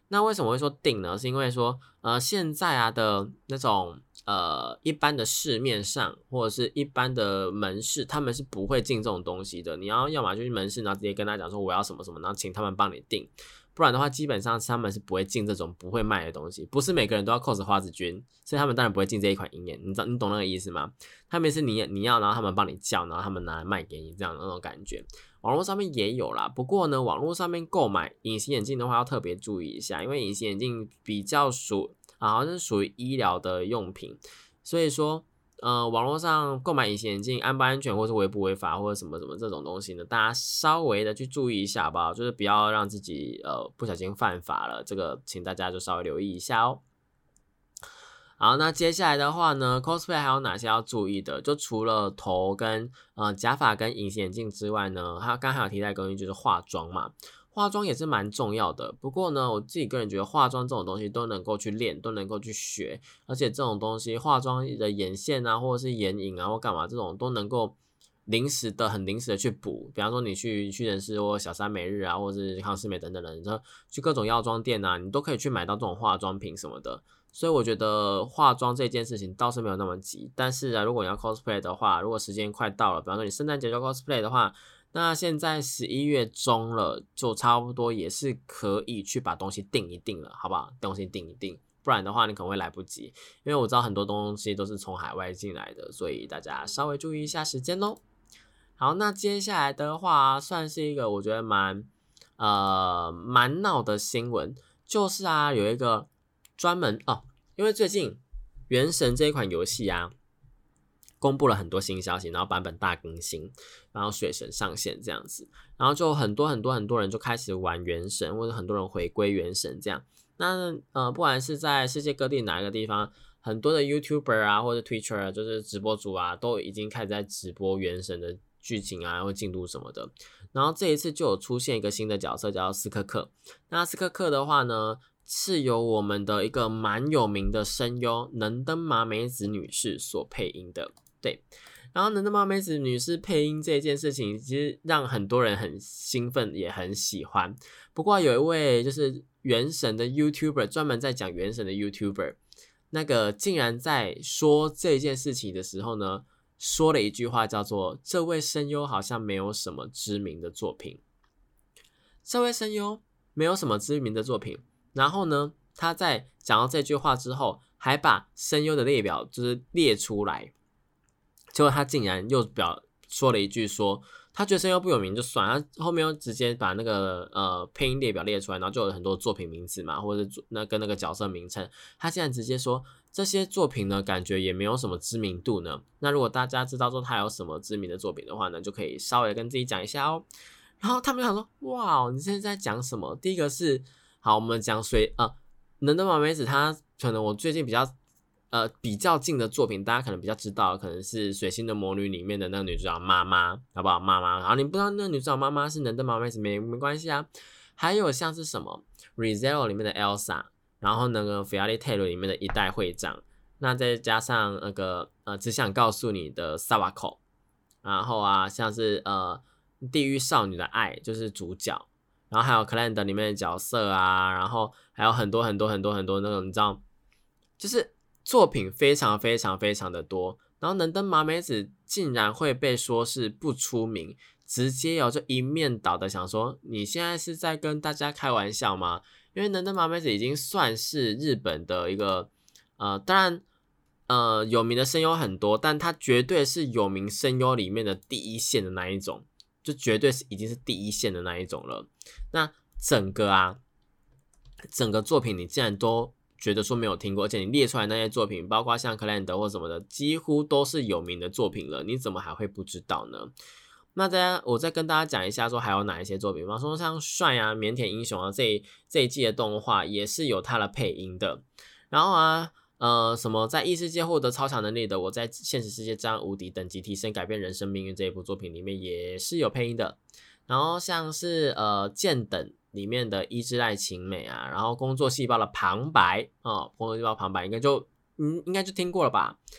那为什么会说定呢？是因为说，呃，现在啊的那种呃一般的市面上或者是一般的门市，他们是不会进这种东西的。你要要么就去门市，然后直接跟他讲说我要什么什么，然后请他们帮你订。不然的话，基本上他们是不会进这种不会卖的东西。不是每个人都要 cos 花子君，所以他们当然不会进这一款银眼。你知你懂那个意思吗？他们是你你要，然后他们帮你叫，然后他们拿来卖给你，这样的那种感觉。网络上面也有啦，不过呢，网络上面购买隐形眼镜的话要特别注意一下，因为隐形眼镜比较属啊，好像是属于医疗的用品，所以说，呃，网络上购买隐形眼镜安不安全，或是违不违法，或者什么什么这种东西呢，大家稍微的去注意一下吧，就是不要让自己呃不小心犯法了，这个请大家就稍微留意一下哦。好，那接下来的话呢 ，cosplay 还有哪些要注意的？就除了头跟呃假发跟隐形眼镜之外呢，还有刚才有提到一个东西就是化妆嘛，化妆也是蛮重要的。不过呢，我自己个人觉得化妆这种东西都能够去练，都能够去学，而且这种东西化妆的眼线啊，或者是眼影啊，或干嘛这种都能够临时的很临时的去补。比方说你去屈臣氏或小三美日啊，或者是康诗美等等的，你说去各种药妆店啊，你都可以去买到这种化妆品什么的。所以我觉得化妆这件事情倒是没有那么急，但是啊，如果你要 cosplay 的话，如果时间快到了，比方说你圣诞节就 cosplay 的话，那现在十一月中了，就差不多也是可以去把东西订一订了，好不好？东西订一订，不然的话你可能会来不及，因为我知道很多东西都是从海外进来的，所以大家稍微注意一下时间咯。好，那接下来的话算是一个我觉得蛮呃蛮闹的新闻，就是啊有一个专门哦，因为最近《原神》这一款游戏啊，公布了很多新消息，然后版本大更新，然后水神上线这样子，然后就很多很多很多人就开始玩《原神》，或者很多人回归《原神》这样。那呃，不管是在世界各地哪一个地方，很多的 YouTuber 啊，或者 Twitcher 啊，就是直播主啊，都已经开始在直播《原神》的剧情啊，或进度什么的。然后这一次就有出现一个新的角色，叫斯科克。那斯科克的话呢，是由我们的一个蛮有名的声优能登麻美子女士所配音的。对，然后能登麻美子女士配音这件事情，其实让很多人很兴奋，也很喜欢。不过有一位就是原神的 YouTuber， 专门在讲原神的 YouTuber， 那个竟然在说这件事情的时候呢，说了一句话叫做“这位声优好像没有什么知名的作品”。这位声优没有什么知名的作品，然后呢，他在讲到这句话之后，还把声优的列表就是列出来。结果他竟然又表说了一句说他觉得声优不有名就算，他后面又直接把那个呃配音列表列出来，然后就有很多作品名字嘛，或者那跟那个角色名称，他竟然直接说这些作品呢感觉也没有什么知名度呢。那如果大家知道说他有什么知名的作品的话呢，就可以稍微跟自己讲一下哦。然后他们就想说哇你现在在讲什么？第一个是好我们讲水呃能登麻美子，他可能我最近比较呃，比较近的作品，大家可能比较知道，可能是《水星的魔女》里面的那个女主角妈妈，好不好？妈妈，然后你不知道那个女主角妈妈是能登麻美子没没关系啊。还有像是什么《ReZero》里面的 Elsa， 然后那个《Fairy Tail》里面的一代会长，那再加上那个呃，只想告诉你的 Sawako， 然后啊，像是呃《地狱少女的爱》就是主角，然后还有 Calendar 里面的角色啊，然后还有很多很多很多很多那种你知道，就是。作品非常非常非常的多，然后能登麻美子竟然会被说是不出名，直接有就一面倒的想说你现在是在跟大家开玩笑吗？因为能登麻美子已经算是日本的一个呃，当然呃有名的声优很多，但他绝对是有名声优里面的第一线的那一种，就绝对是已经是第一线的那一种了。那整个啊整个作品你竟然都觉得说没有听过，而且你列出来那些作品，包括像 Calendar 或什么的，几乎都是有名的作品了，你怎么还会不知道呢？那再我再跟大家讲一下，说还有哪一些作品，比方说像帅啊、腼腆英雄啊，这一这一季的动画也是有它的配音的。然后啊，呃，什么在异世界获得超强能力的，我在现实世界这样无敌，等级提升，改变人生命运这一部作品里面也是有配音的。然后像是呃剑等。里面的伊之濑晴美啊，然后工作细胞的旁白哦，工作细胞旁白应该就嗯应该就听过了吧。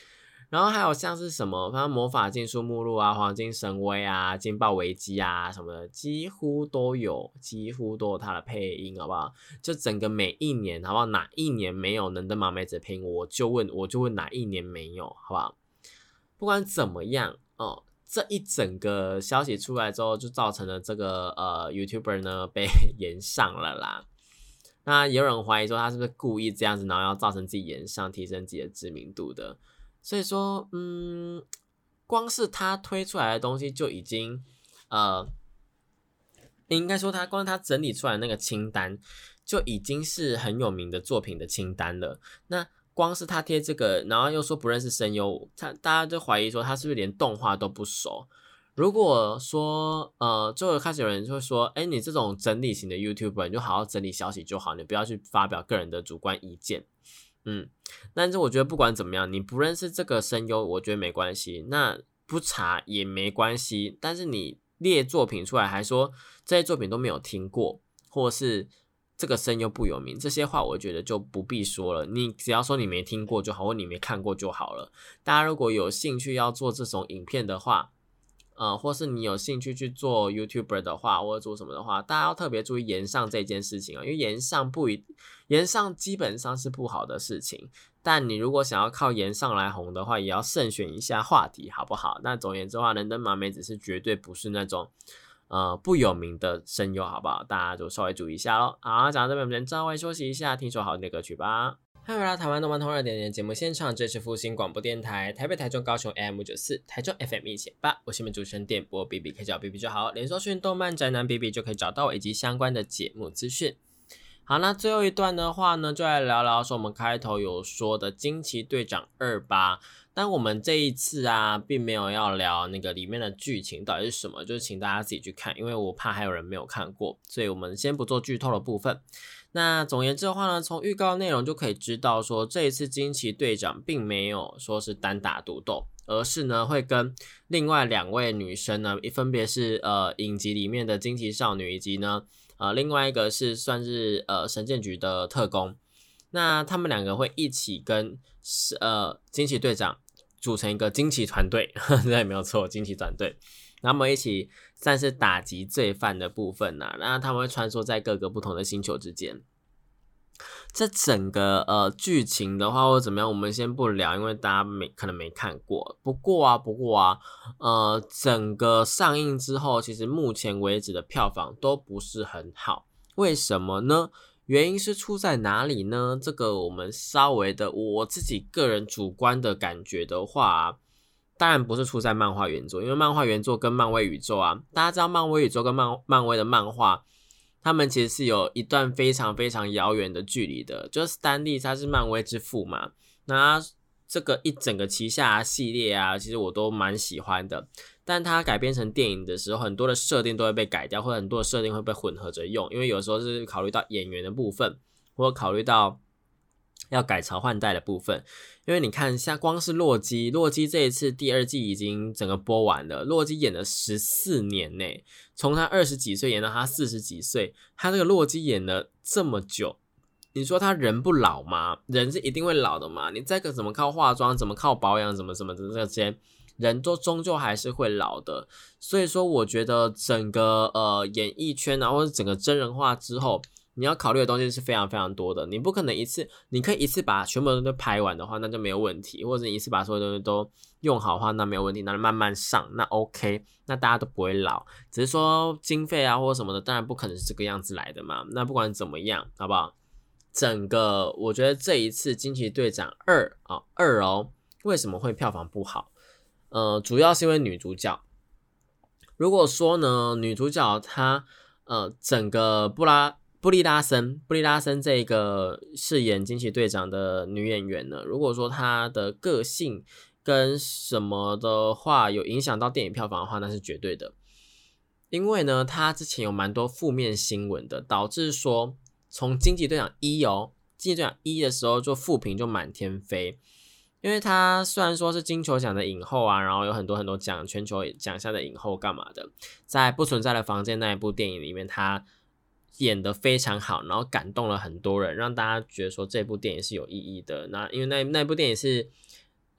然后还有像是什么，反正魔法禁书目录啊、黄金神威啊、劲爆危机啊什么的，几乎都有，几乎都有它的配音，好不好？就整个每一年，好不好？哪一年没有能登麻美子配音，我就问，我就问哪一年没有，好不好？不管怎么样哦，这一整个消息出来之后，就造成了这个呃 YouTuber 呢被延上了啦。那也有人怀疑说他是不是故意这样子，然后要造成自己延上，提升自己的知名度的。所以说，嗯，光是他推出来的东西就已经，呃，应该说他光他整理出来的那个清单就已经是很有名的作品的清单了。那光是他贴这个，然后又说不认识声优，他大家就怀疑说他是不是连动画都不熟。如果说呃，就开始有人就会说，哎，你这种整理型的 YouTuber， 你就好好整理消息就好，你不要去发表个人的主观意见。嗯，但是我觉得不管怎么样，你不认识这个声优，我觉得没关系，那不查也没关系。但是你列作品出来，还说这些作品都没有听过，或是这个声优不有名，这些话我觉得就不必说了。你只要说你没听过就好，或你没看过就好了。大家如果有兴趣要做这种影片的话，呃，或是你有兴趣去做 YouTuber 的话，或者做什么的话，大家要特别注意延上这件事情啊、哦，因为延上不一延上基本上是不好的事情。但你如果想要靠延上来红的话，也要慎选一下话题，好不好？那总而言之的话，能登麻美子是绝对不是那种呃不有名的声优，好不好？大家就稍微注意一下咯。好，讲到这边，我们先稍微休息一下，听首好听的歌曲吧。欢迎回到台湾动漫通二点零节目现场，这是复兴广播电台台北、台中、高雄 A M 五九四，台中 F M 一千八，我是你们主持人电波 B B， 可以找 B B 就好，连搜寻动漫宅男 B B 就可以找到我以及相关的节目资讯。好，那最后一段的话呢，就来聊聊说我们开头有说的惊奇队长二八，但我们这一次啊，并没有要聊那个里面的剧情到底是什么，就是请大家自己去看，因为我怕还有人没有看过，所以我们先不做剧透的部分。那总而言之的话呢，从预告内容就可以知道说，这一次惊奇队长并没有说是单打独斗，而是呢会跟另外两位女生呢，分别是呃影集里面的惊奇少女，以及呢呃另外一个是算是呃神剑局的特工。那他们两个会一起跟呃惊奇队长组成一个惊奇团队，对，没有错，惊奇团队。然后他们一起算是打击罪犯的部分啊，然后他们会穿梭在各个不同的星球之间。这整个呃剧情的话或者怎么样，我们先不聊，因为大家没可能没看过。不过啊，不过啊，呃，整个上映之后，其实目前为止的票房都不是很好。为什么呢？原因是出在哪里呢？这个我们稍微的，我自己个人主观的感觉的话、啊。当然不是出在漫画原作，因为漫画原作跟漫威宇宙啊，大家知道漫威宇宙跟漫漫威的漫画，他们其实是有一段非常非常遥远的距离的。就是斯坦利他是漫威之父嘛，那这个一整个旗下的系列啊，其实我都蛮喜欢的。但它改编成电影的时候，很多的设定都会被改掉，或者很多的设定会被混合着用，因为有时候是考虑到演员的部分，或者考虑到要改朝换代的部分。因为你看像光是洛基，洛基这一次第二季已经整个播完了，洛基演了十四年耶，从他二十几岁演到他四十几岁，他这个洛基演了这么久，你说他人不老吗？人是一定会老的嘛，你再个怎么靠化妆，怎么靠保养，怎么怎么的这些人都终究还是会老的。所以说我觉得整个呃演艺圈啊，或者整个真人化之后，你要考虑的东西是非常非常多的，你不可能一次，你可以一次把全部的东西都拍完的话，那就没有问题，或者你一次把所有东西都用好的话，那没有问题，那慢慢上，那 OK， 那大家都不会老，只是说经费啊或者什么的，当然不可能是这个样子来的嘛。那不管怎么样，好不好？整个我觉得这一次惊奇队长二啊二哦，为什么会票房不好？呃，主要是因为女主角。如果说呢，女主角她呃整个布拉。布利拉森，布利拉森这个饰演惊奇队长的女演员呢，如果说她的个性跟什么的话有影响到电影票房的话，那是绝对的。因为呢，她之前有蛮多负面新闻的，导致说从惊奇队长一哦，惊奇队长一的时候就负评就满天飞。因为她虽然说是金球奖的影后啊，然后有很多很多奖，全球奖项的影后干嘛的，在不存在的房间那一部电影里面，她演得非常好，然后感动了很多人，让大家觉得说这部电影是有意义的。那因为那那部电影是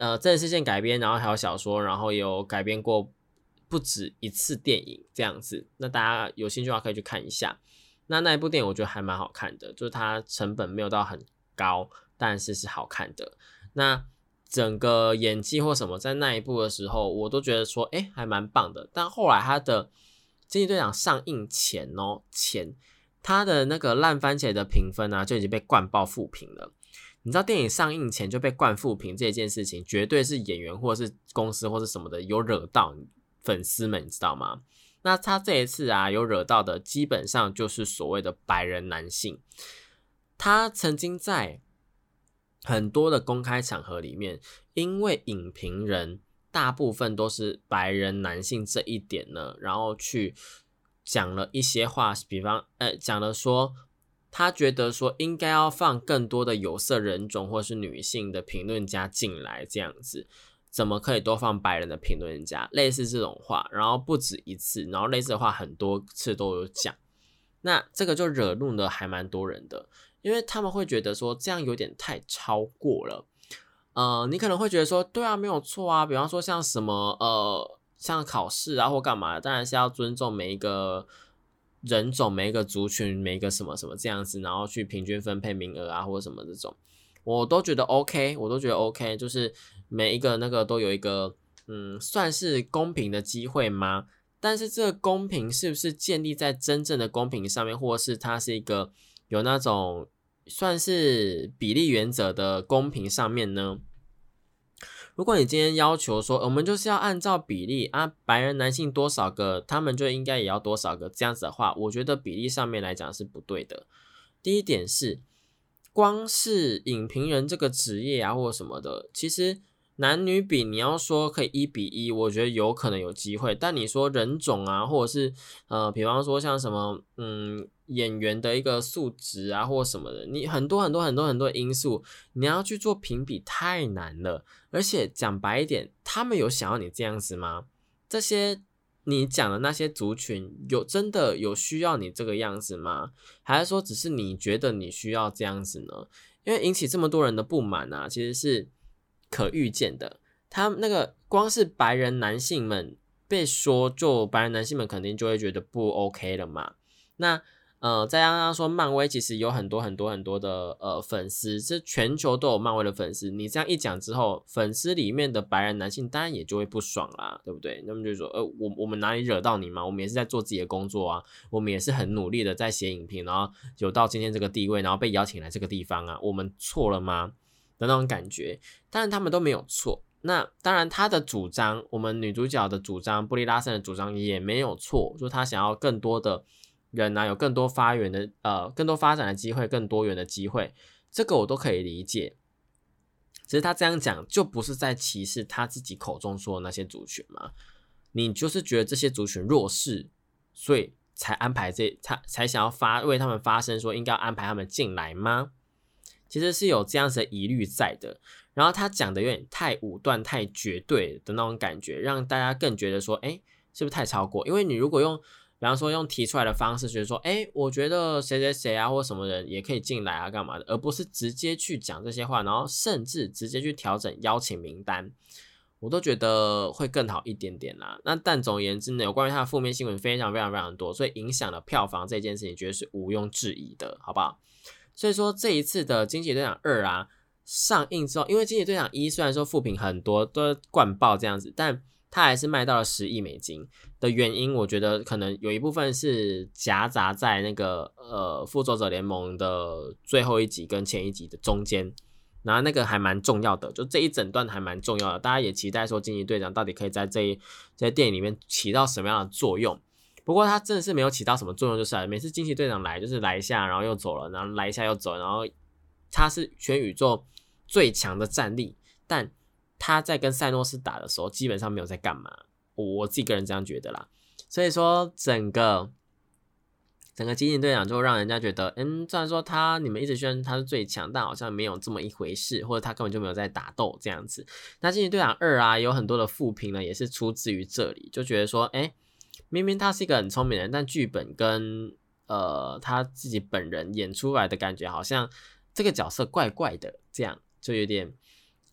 呃真人事件改编，然后还有小说，然后也有改编过不止一次电影这样子。那大家有兴趣的话可以去看一下。那那一部电影我觉得还蛮好看的，就是它成本没有到很高，但是是好看的。那整个演技或什么在那一部的时候，我都觉得说，哎、欸，还蛮棒的。但后来他的惊奇队长上映前哦，前他的那个烂番茄的评分啊，就已经被灌爆负评了。你知道电影上映前就被灌负评这件事情，绝对是演员或者是公司或是什么的有惹到粉丝们，你知道吗？那他这一次啊，有惹到的基本上就是所谓的白人男性。他曾经在很多的公开场合里面，因为影评人大部分都是白人男性这一点呢，然后去讲了一些话，比方呃讲了说他觉得说应该要放更多的有色人种或是女性的评论家进来，这样子怎么可以多放白人的评论家，类似这种话，然后不止一次，然后类似的话很多次都有讲。那这个就惹怒了还蛮多人的，因为他们会觉得说这样有点太超过了。呃，你可能会觉得说，对啊，没有错啊。比方说像什么呃，像考试啊或干嘛的，当然是要尊重每一个人种、每一个族群、每一个什么什么这样子，然后去平均分配名额啊或者什么这种，我都觉得 OK， 我都觉得 OK， 就是每一个那个都有一个嗯，算是公平的机会吗？但是这个公平是不是建立在真正的公平上面，或是它是一个有那种算是比例原则的公平上面呢？如果你今天要求说我们就是要按照比例啊，白人男性多少个他们就应该也要多少个，这样子的话我觉得比例上面来讲是不对的。第一点是光是影评人这个职业啊或什么的，其实男女比你要说可以一比一，我觉得有可能有机会，但你说人种啊，或者是呃，比方说像什么嗯演员的一个素质啊，或什么的，你很多很多很多很多因素，你要去做评比太难了。而且讲白一点，他们有想要你这样子吗？这些你讲的那些族群，有真的有需要你这个样子吗？还是说只是你觉得你需要这样子呢？因为引起这么多人的不满啊，其实是可预见的。他那个光是白人男性们被说，就白人男性们肯定就会觉得不 OK 了嘛。那呃，再加上说漫威其实有很多很多很多的呃粉丝，这全球都有漫威的粉丝。你这样一讲之后，粉丝里面的白人男性当然也就会不爽啦，对不对？那么就说，呃，我我们哪里惹到你嘛？我们也是在做自己的工作啊，我们也是很努力的在写影评，然后有到今天这个地位，然后被邀请来这个地方啊，我们错了吗？的那种感觉，当然他们都没有错。那当然他的主张，我们女主角的主张，布莉拉森的主张也没有错，就他想要更多的人啊，有更多发源的呃，更多发展的机会，更多元的机会，这个我都可以理解。只是他这样讲，就不是在歧视他自己口中说的那些族群嘛？你就是觉得这些族群弱势，所以才安排这，才才想要发为他们发声，说应该要安排他们进来吗？其实是有这样子的疑虑在的。然后他讲的有点太武断、太绝对的那种感觉，让大家更觉得说，哎，是不是太超过？因为你如果用比方说用提出来的方式，觉得说，哎，我觉得谁谁谁啊，或什么人也可以进来啊，干嘛的，而不是直接去讲这些话，然后甚至直接去调整邀请名单，我都觉得会更好一点点啦。那但总而言之呢，有关于他的负面新闻非常非常非常多，所以影响了票房这件事情，绝对是毋庸置疑的，好不好？所以说这一次的惊奇队长二啊上映之后，因为惊奇队长一虽然说负评很多，都灌爆这样子，但它还是卖到了十亿美金的原因，我觉得可能有一部分是夹杂在那个呃复仇者联盟的最后一集跟前一集的中间，然后那个还蛮重要的，就这一整段还蛮重要的，大家也期待说惊奇队长到底可以在这一这些电影里面起到什么样的作用。不过他真的是没有起到什么作用，就是、啊、每次惊奇队长来就是来一下然后又走了，然后来一下又走，然后他是全宇宙最强的战力，但他在跟赛诺斯打的时候基本上没有在干嘛，我自己个人这样觉得啦。所以说整个整个惊奇队长就让人家觉得，嗯，虽然说他你们一直宣称他是最强，但好像没有这么一回事，或者他根本就没有在打斗这样子。那惊奇队长二啊有很多的负评呢，也是出自于这里，就觉得说，哎，明明他是一个很聪明的人，但剧本跟呃他自己本人演出来的感觉好像这个角色怪怪的，这样就有点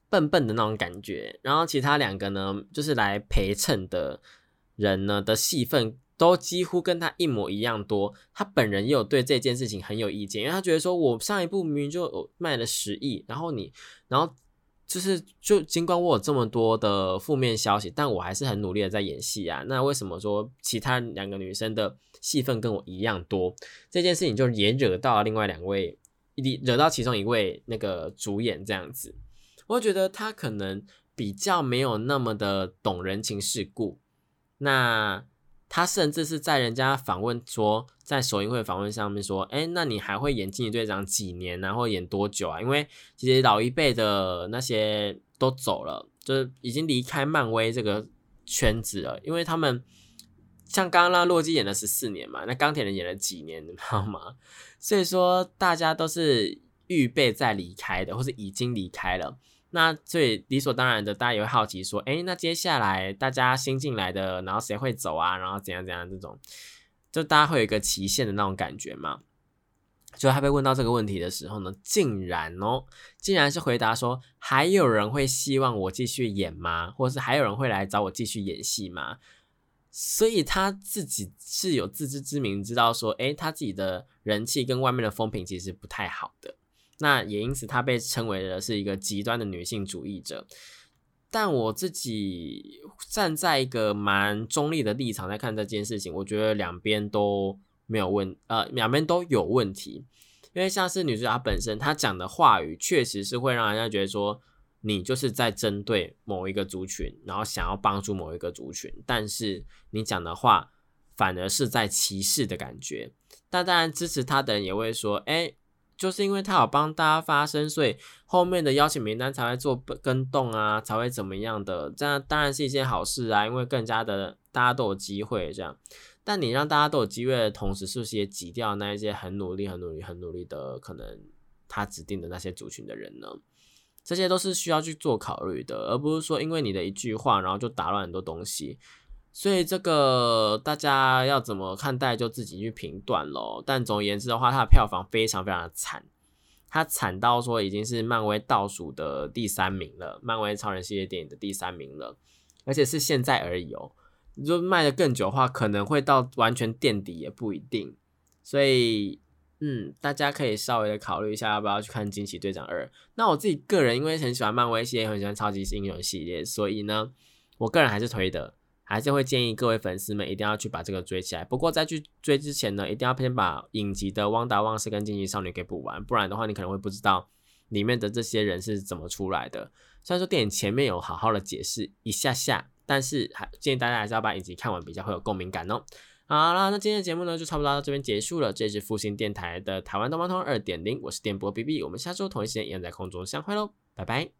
笨笨的那种感觉，然后其他两个呢，就是来陪衬的人呢的戏份都几乎跟他一模一样多。他本人也有对这件事情很有意见，因为他觉得说，我上一部明明就卖了十亿，然后你，然后就是就尽管我有这么多的负面消息，但我还是很努力的在演戏啊。那为什么说其他两个女生的戏份跟我一样多？这件事情就也惹到另外两位，惹到其中一位那个主演这样子。我觉得他可能比较没有那么的懂人情世故。那他甚至是在人家访问说，在首映会访问上面说，哎，那你还会演惊奇队长几年啊，或演多久啊？因为其实老一辈的那些都走了，就是已经离开漫威这个圈子了，因为他们像刚刚那洛基演了十四年嘛，那钢铁人演了几年，你知道吗？所以说大家都是预备在离开的，或是已经离开了。那所以理所当然的，大家也会好奇说，哎，那接下来大家新进来的，然后谁会走啊？然后怎样怎样这种，就大家会有一个期限的那种感觉嘛。就他被问到这个问题的时候呢，竟然哦，竟然是回答说，还有人会希望我继续演吗？或是还有人会来找我继续演戏吗？所以他自己是有自知之明，知道说，哎，他自己的人气跟外面的风评其实不太好的。那也因此他被称为的是一个极端的女性主义者。但我自己站在一个蛮中立的立场在看这件事情，我觉得两边都没有问呃，两边都有问题。因为像是女主角她本身她讲的话语确实是会让人家觉得说，你就是在针对某一个族群，然后想要帮助某一个族群，但是你讲的话反而是在歧视的感觉。但当然支持她的人也会说，诶，就是因为他有帮大家发声，所以后面的邀请名单才会做更动啊，才会怎么样的，这样当然是一件好事啊，因为更加的大家都有机会这样。但你让大家都有机会的同时，是不是也挤掉那一些很努力、很努力、很努力的可能他指定的那些族群的人呢？这些都是需要去做考虑的，而不是说因为你的一句话，然后就打乱很多东西。所以这个大家要怎么看待就自己去评断咯。但总而言之的话，它的票房非常非常的惨，它惨到说已经是漫威倒数的第三名了，漫威超人系列电影的第三名了，而且是现在而已哦。你就卖得更久的话，可能会到完全垫底也不一定。所以嗯，大家可以稍微的考虑一下要不要去看惊奇队长二。那我自己个人因为很喜欢漫威系列，很喜欢超级英雄系列，所以呢我个人还是推的，还是会建议各位粉丝们一定要去把这个追起来。不过在去追之前呢，一定要先把影集的汪达旺士跟惊奇少女给补完，不然的话你可能会不知道里面的这些人是怎么出来的。虽然说电影前面有好好的解释一下下，但是还建议大家还是要把影集看完，比较会有共鸣感哦。好啦，那今天的节目呢就差不多到这边结束了。这是复兴电台的台湾动漫通 二点零， 我是电波 B B， 我们下周同一时间一样在空中相会咯，拜拜。